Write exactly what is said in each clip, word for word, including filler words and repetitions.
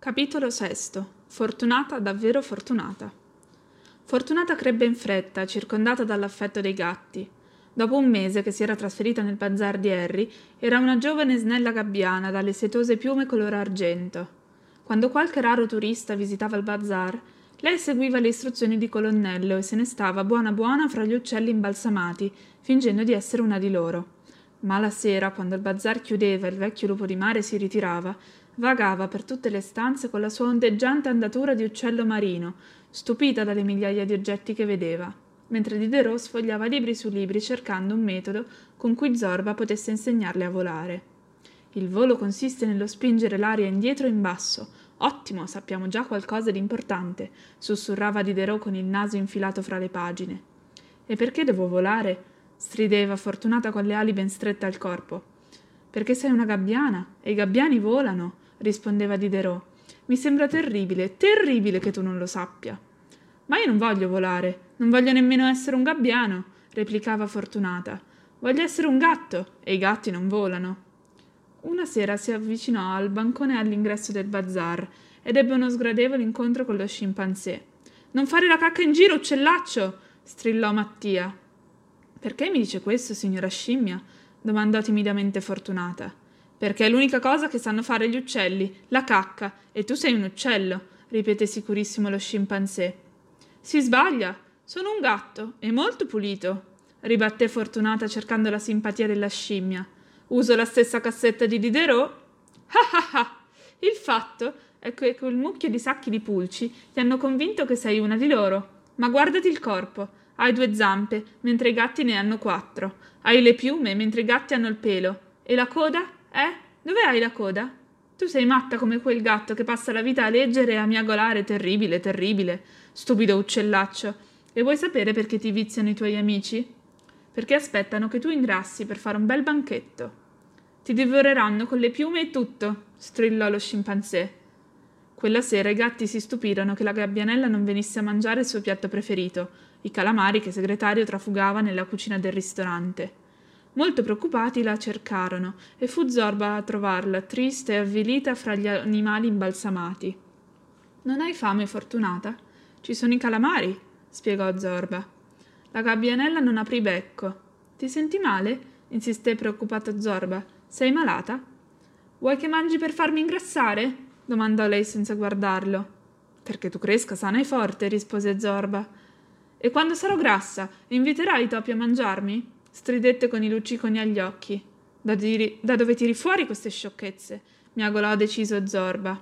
Capitolo sesto. Fortunata, davvero fortunata. Fortunata crebbe in fretta, circondata dall'affetto dei gatti. Dopo un mese che si era trasferita nel bazar di Harry, era una giovane snella gabbiana dalle setose piume color argento. Quando qualche raro turista visitava il bazar, lei seguiva le istruzioni di colonnello e se ne stava buona buona fra gli uccelli imbalsamati, fingendo di essere una di loro. Ma la sera, quando il bazar chiudeva e il vecchio lupo di mare si ritirava, vagava per tutte le stanze con la sua ondeggiante andatura di uccello marino, stupita dalle migliaia di oggetti che vedeva, mentre Diderot sfogliava libri su libri cercando un metodo con cui Zorba potesse insegnarle a volare. Il volo consiste nello spingere l'aria indietro e in basso. Ottimo, sappiamo già qualcosa di importante, sussurrava Diderot con il naso infilato fra le pagine. E perché devo volare? Strideva, Fortunata con le ali ben strette al corpo. Perché sei una gabbiana, e i gabbiani volano, rispondeva Diderot. Mi sembra terribile, terribile che tu non lo sappia. Ma io non voglio volare, non voglio nemmeno essere un gabbiano, replicava Fortunata. Voglio essere un gatto, e i gatti non volano. Una sera si avvicinò al bancone all'ingresso del bazar ed ebbe uno sgradevole incontro con lo scimpanzé. Non fare la cacca in giro, uccellaccio! Strillò Mattia. Perché mi dice questo, signora scimmia? Domandò timidamente Fortunata. Perché è l'unica cosa che sanno fare gli uccelli, la cacca, e tu sei un uccello, ripeté sicurissimo lo scimpanzé. Si sbaglia, sono un gatto, e molto pulito, ribatté Fortunata cercando la simpatia della scimmia. Uso la stessa cassetta di Diderot? Ah ah ah! Il fatto è che quel mucchio di sacchi di pulci ti hanno convinto che sei una di loro. Ma guardati il corpo. Hai due zampe, mentre i gatti ne hanno quattro. Hai le piume, mentre i gatti hanno il pelo. E la coda? Eh? Dove hai la coda? Tu sei matta come quel gatto che passa la vita a leggere e a miagolare. Terribile, terribile. Stupido uccellaccio. E vuoi sapere perché ti viziano i tuoi amici? Perché aspettano che tu ingrassi per fare un bel banchetto. Ti divoreranno con le piume e tutto, strillò lo scimpanzé. Quella sera i gatti si stupirono che la gabbianella non venisse a mangiare il suo piatto preferito, i calamari che il segretario trafugava nella cucina del ristorante. Molto preoccupati la cercarono e fu Zorba a trovarla, triste e avvilita fra gli animali imbalsamati. Non hai fame, Fortunata? Ci sono i calamari, spiegò Zorba. La gabbianella non aprì becco. Ti senti male? Insisté preoccupato Zorba. Sei malata? Vuoi che mangi per farmi ingrassare? Domandò lei senza guardarlo. Perché tu cresca sana e forte, rispose Zorba. E quando sarò grassa, inviterai i topi a mangiarmi? Stridette con i lucciconi agli occhi. Da, diri- da dove tiri fuori queste sciocchezze? Miagolò deciso Zorba.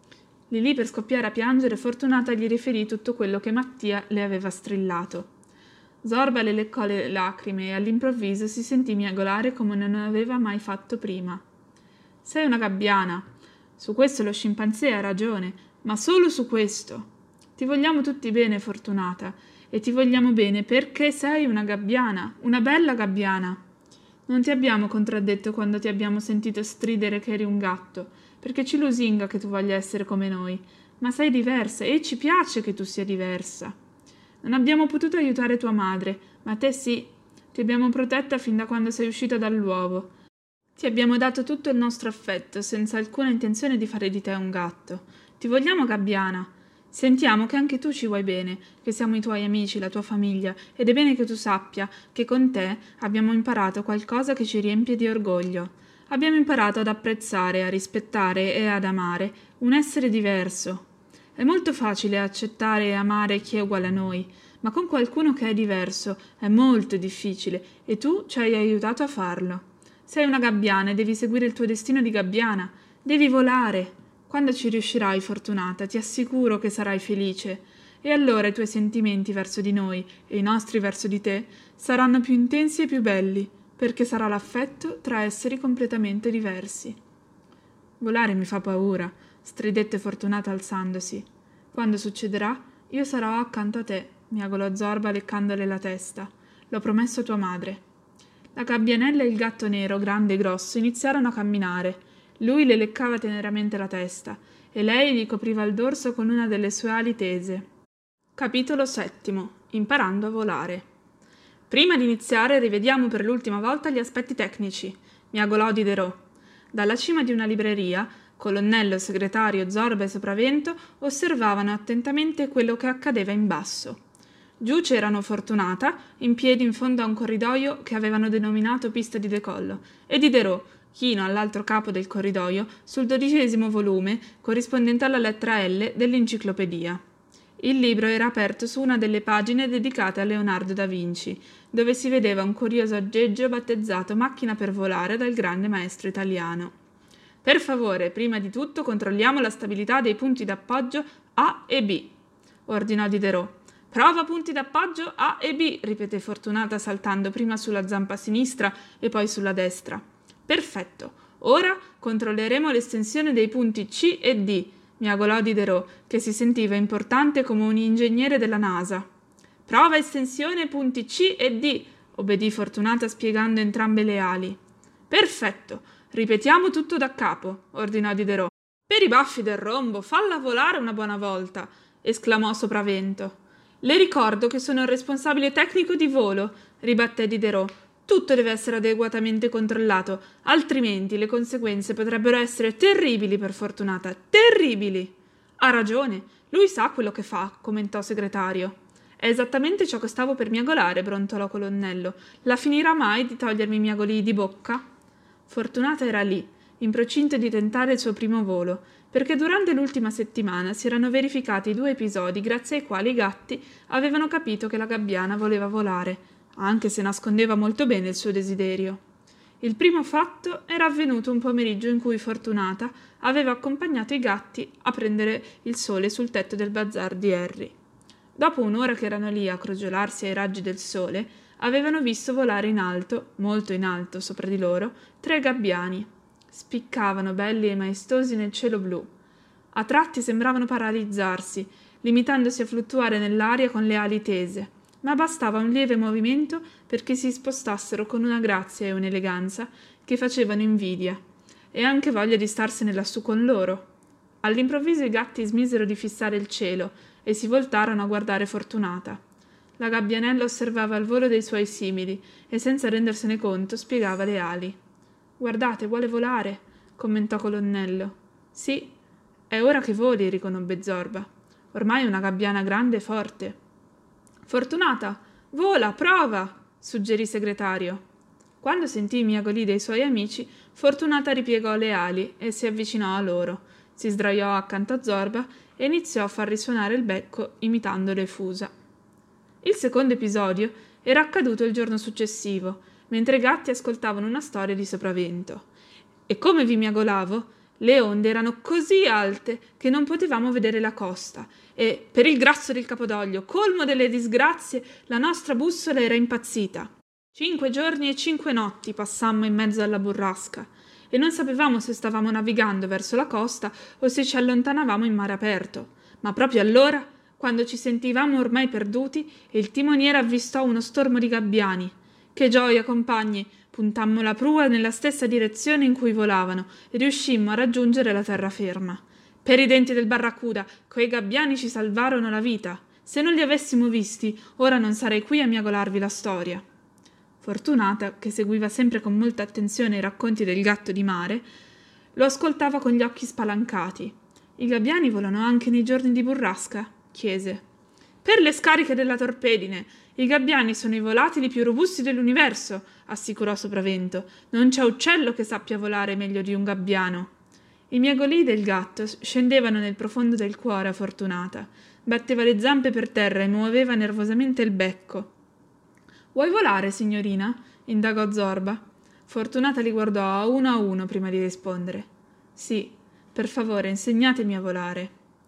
Lì lì per scoppiare a piangere, Fortunata gli riferì tutto quello che Mattia le aveva strillato. Zorba le leccò le lacrime e all'improvviso si sentì miagolare come non aveva mai fatto prima. Sei una gabbiana. Su questo lo scimpanzé ha ragione, ma solo su questo. Ti vogliamo tutti bene, Fortunata, e ti vogliamo bene perché sei una gabbiana, una bella gabbiana. Non ti abbiamo contraddetto quando ti abbiamo sentito stridere che eri un gatto, perché ci lusinga che tu voglia essere come noi, ma sei diversa e ci piace che tu sia diversa. Non abbiamo potuto aiutare tua madre, ma te sì. Ti abbiamo protetta fin da quando sei uscita dall'uovo. Ti abbiamo dato tutto il nostro affetto, senza alcuna intenzione di fare di te un gatto. Ti vogliamo gabbiana. Sentiamo che anche tu ci vuoi bene, che siamo i tuoi amici, la tua famiglia, ed è bene che tu sappia che con te abbiamo imparato qualcosa che ci riempie di orgoglio. Abbiamo imparato ad apprezzare, a rispettare e ad amare un essere diverso. È molto facile accettare e amare chi è uguale a noi, ma con qualcuno che è diverso è molto difficile e tu ci hai aiutato a farlo. Sei una gabbiana e devi seguire il tuo destino di gabbiana. Devi volare. Quando ci riuscirai, Fortunata, ti assicuro che sarai felice. E allora i tuoi sentimenti verso di noi e i nostri verso di te saranno più intensi e più belli, perché sarà l'affetto tra esseri completamente diversi. Volare mi fa paura, stridette Fortunata alzandosi. Quando succederà, io sarò accanto a te, miagolò Zorba leccandole la testa. L'ho promesso a tua madre. La gabbianella e il gatto nero, grande e grosso, iniziarono a camminare. Lui le leccava teneramente la testa e lei gli copriva il dorso con una delle sue ali tese. Capitolo settimo. Imparando a volare. Prima di iniziare rivediamo per l'ultima volta gli aspetti tecnici, miagolò Diderot. Dalla cima di una libreria Colonnello, segretario, Zorba e Sopravento osservavano attentamente quello che accadeva in basso. Giù c'erano Fortunata, in piedi in fondo a un corridoio che avevano denominato pista di decollo, e Diderot, chino all'altro capo del corridoio, sul dodicesimo volume, corrispondente alla lettera L dell'enciclopedia. Il libro era aperto su una delle pagine dedicate a Leonardo da Vinci, dove si vedeva un curioso aggeggio battezzato Macchina per volare dal grande maestro italiano. Per favore, prima di tutto controlliamo la stabilità dei punti d'appoggio A e B, ordinò Diderot. Prova punti d'appoggio A e B, ripeté Fortunata saltando prima sulla zampa sinistra e poi sulla destra. Perfetto. Ora controlleremo l'estensione dei punti C e D, miagolò Diderot, che si sentiva importante come un ingegnere della NASA. Prova estensione punti C e D, obbedì Fortunata spiegando entrambe le ali. Perfetto. Ripetiamo tutto da capo, ordinò Diderot. Per i baffi del rombo, falla volare una buona volta, esclamò Sopravento. Le ricordo che sono il responsabile tecnico di volo, ribatté Diderot. Tutto deve essere adeguatamente controllato, altrimenti le conseguenze potrebbero essere terribili per Fortunata, terribili. Ha ragione, lui sa quello che fa, commentò Segretario. È esattamente ciò che stavo per miagolare, brontolò Colonnello. La finirà mai di togliermi i miagoli di bocca? Fortunata era lì, in procinto di tentare il suo primo volo, perché durante l'ultima settimana si erano verificati due episodi grazie ai quali i gatti avevano capito che la gabbiana voleva volare, anche se nascondeva molto bene il suo desiderio. Il primo fatto era avvenuto un pomeriggio in cui Fortunata aveva accompagnato i gatti a prendere il sole sul tetto del bazar di Harry. Dopo un'ora che erano lì a crogiolarsi ai raggi del sole, avevano visto volare in alto, molto in alto sopra di loro, tre gabbiani. Spiccavano belli e maestosi nel cielo blu. A tratti sembravano paralizzarsi, limitandosi a fluttuare nell'aria con le ali tese, ma bastava un lieve movimento perché si spostassero con una grazia e un'eleganza che facevano invidia, e anche voglia di starsene lassù con loro. All'improvviso i gatti smisero di fissare il cielo e si voltarono a guardare Fortunata. La gabbianella osservava il volo dei suoi simili e senza rendersene conto spiegava le ali. «Guardate, vuole volare», commentò Colonnello. «Sì, è ora che voli», riconobbe Zorba. «Ormai è una gabbiana grande e forte». «Fortunata, vola, prova», suggerì Segretario. Quando sentì i miagolii dei suoi amici, Fortunata ripiegò le ali e si avvicinò a loro, si sdraiò accanto a Zorba e iniziò a far risuonare il becco imitando le fusa. Il secondo episodio era accaduto il giorno successivo, mentre i gatti ascoltavano una storia di Sopravento. E come vi miagolavo, le onde erano così alte che non potevamo vedere la costa e, per il grasso del Capodoglio, colmo delle disgrazie, la nostra bussola era impazzita. Cinque giorni e cinque notti passammo in mezzo alla burrasca e non sapevamo se stavamo navigando verso la costa o se ci allontanavamo in mare aperto. Ma proprio allora, quando ci sentivamo ormai perduti, il timoniere avvistò uno stormo di gabbiani. Che gioia, compagni! Puntammo la prua nella stessa direzione in cui volavano e riuscimmo a raggiungere la terraferma. Per i denti del barracuda, quei gabbiani ci salvarono la vita. Se non li avessimo visti, ora non sarei qui a miagolarvi la storia. Fortunata, che seguiva sempre con molta attenzione i racconti del gatto di mare, lo ascoltava con gli occhi spalancati. «I gabbiani volano anche nei giorni di burrasca?» chiese. «Per le scariche della torpedine. I gabbiani sono i volatili più robusti dell'universo», assicurò Sopravento. «Non c'è uccello che sappia volare meglio di un gabbiano». I miagolii del gatto scendevano nel profondo del cuore a Fortunata. Batteva le zampe per terra e muoveva nervosamente il becco. «Vuoi volare, signorina?» indagò Zorba. Fortunata li guardò a uno a uno prima di rispondere. «Sì, per favore, insegnatemi a volare».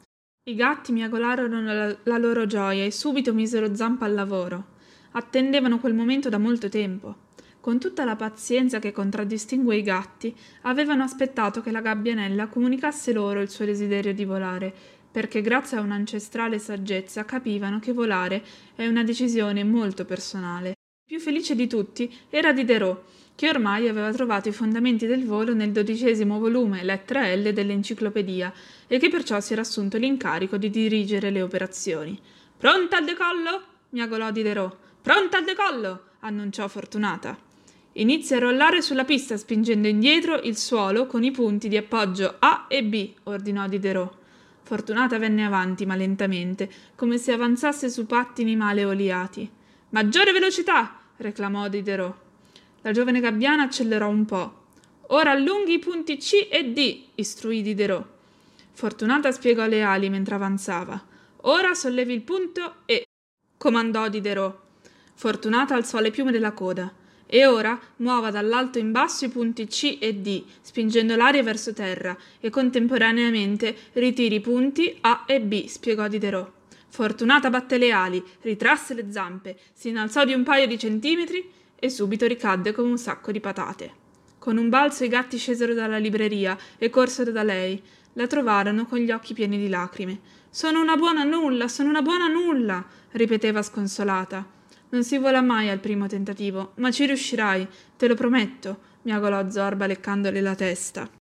I gatti miagolarono la, la loro gioia e subito misero zampa al lavoro. Attendevano quel momento da molto tempo. Con tutta la pazienza che contraddistingue i gatti, avevano aspettato che la gabbianella comunicasse loro il suo desiderio di volare, perché grazie a un'ancestrale saggezza capivano che volare è una decisione molto personale. Il più felice di tutti era Diderot, che ormai aveva trovato i fondamenti del volo nel dodicesimo volume, lettera L dell'enciclopedia, e che perciò si era assunto l'incarico di dirigere le operazioni. «Pronta al decollo?» miagolò Diderot. «Pronta al decollo!» annunciò Fortunata. Inizia a rollare sulla pista spingendo indietro il suolo con i punti di appoggio A e B, ordinò Diderot. Fortunata venne avanti, ma lentamente, come se avanzasse su pattini male oliati. «Maggiore velocità!» reclamò Diderot. La giovane gabbiana accelerò un po'. «Ora allunghi i punti C e D», istruì Diderot. Fortunata spiegò le ali mentre avanzava. «Ora sollevi il punto E», comandò Diderot. Fortunata alzò le piume della coda. «E ora muova dall'alto in basso i punti C e D, spingendo l'aria verso terra, e contemporaneamente ritiri i punti A e B», spiegò Diderot. Fortunata batté le ali, ritrasse le zampe, si innalzò di un paio di centimetri e subito ricadde come un sacco di patate. Con un balzo i gatti scesero dalla libreria e corsero da lei. La trovarono con gli occhi pieni di lacrime. «Sono una buona nulla, sono una buona nulla», ripeteva sconsolata. «Non si vola mai al primo tentativo, ma ci riuscirai, te lo prometto», miagolò Zorba leccandole la testa.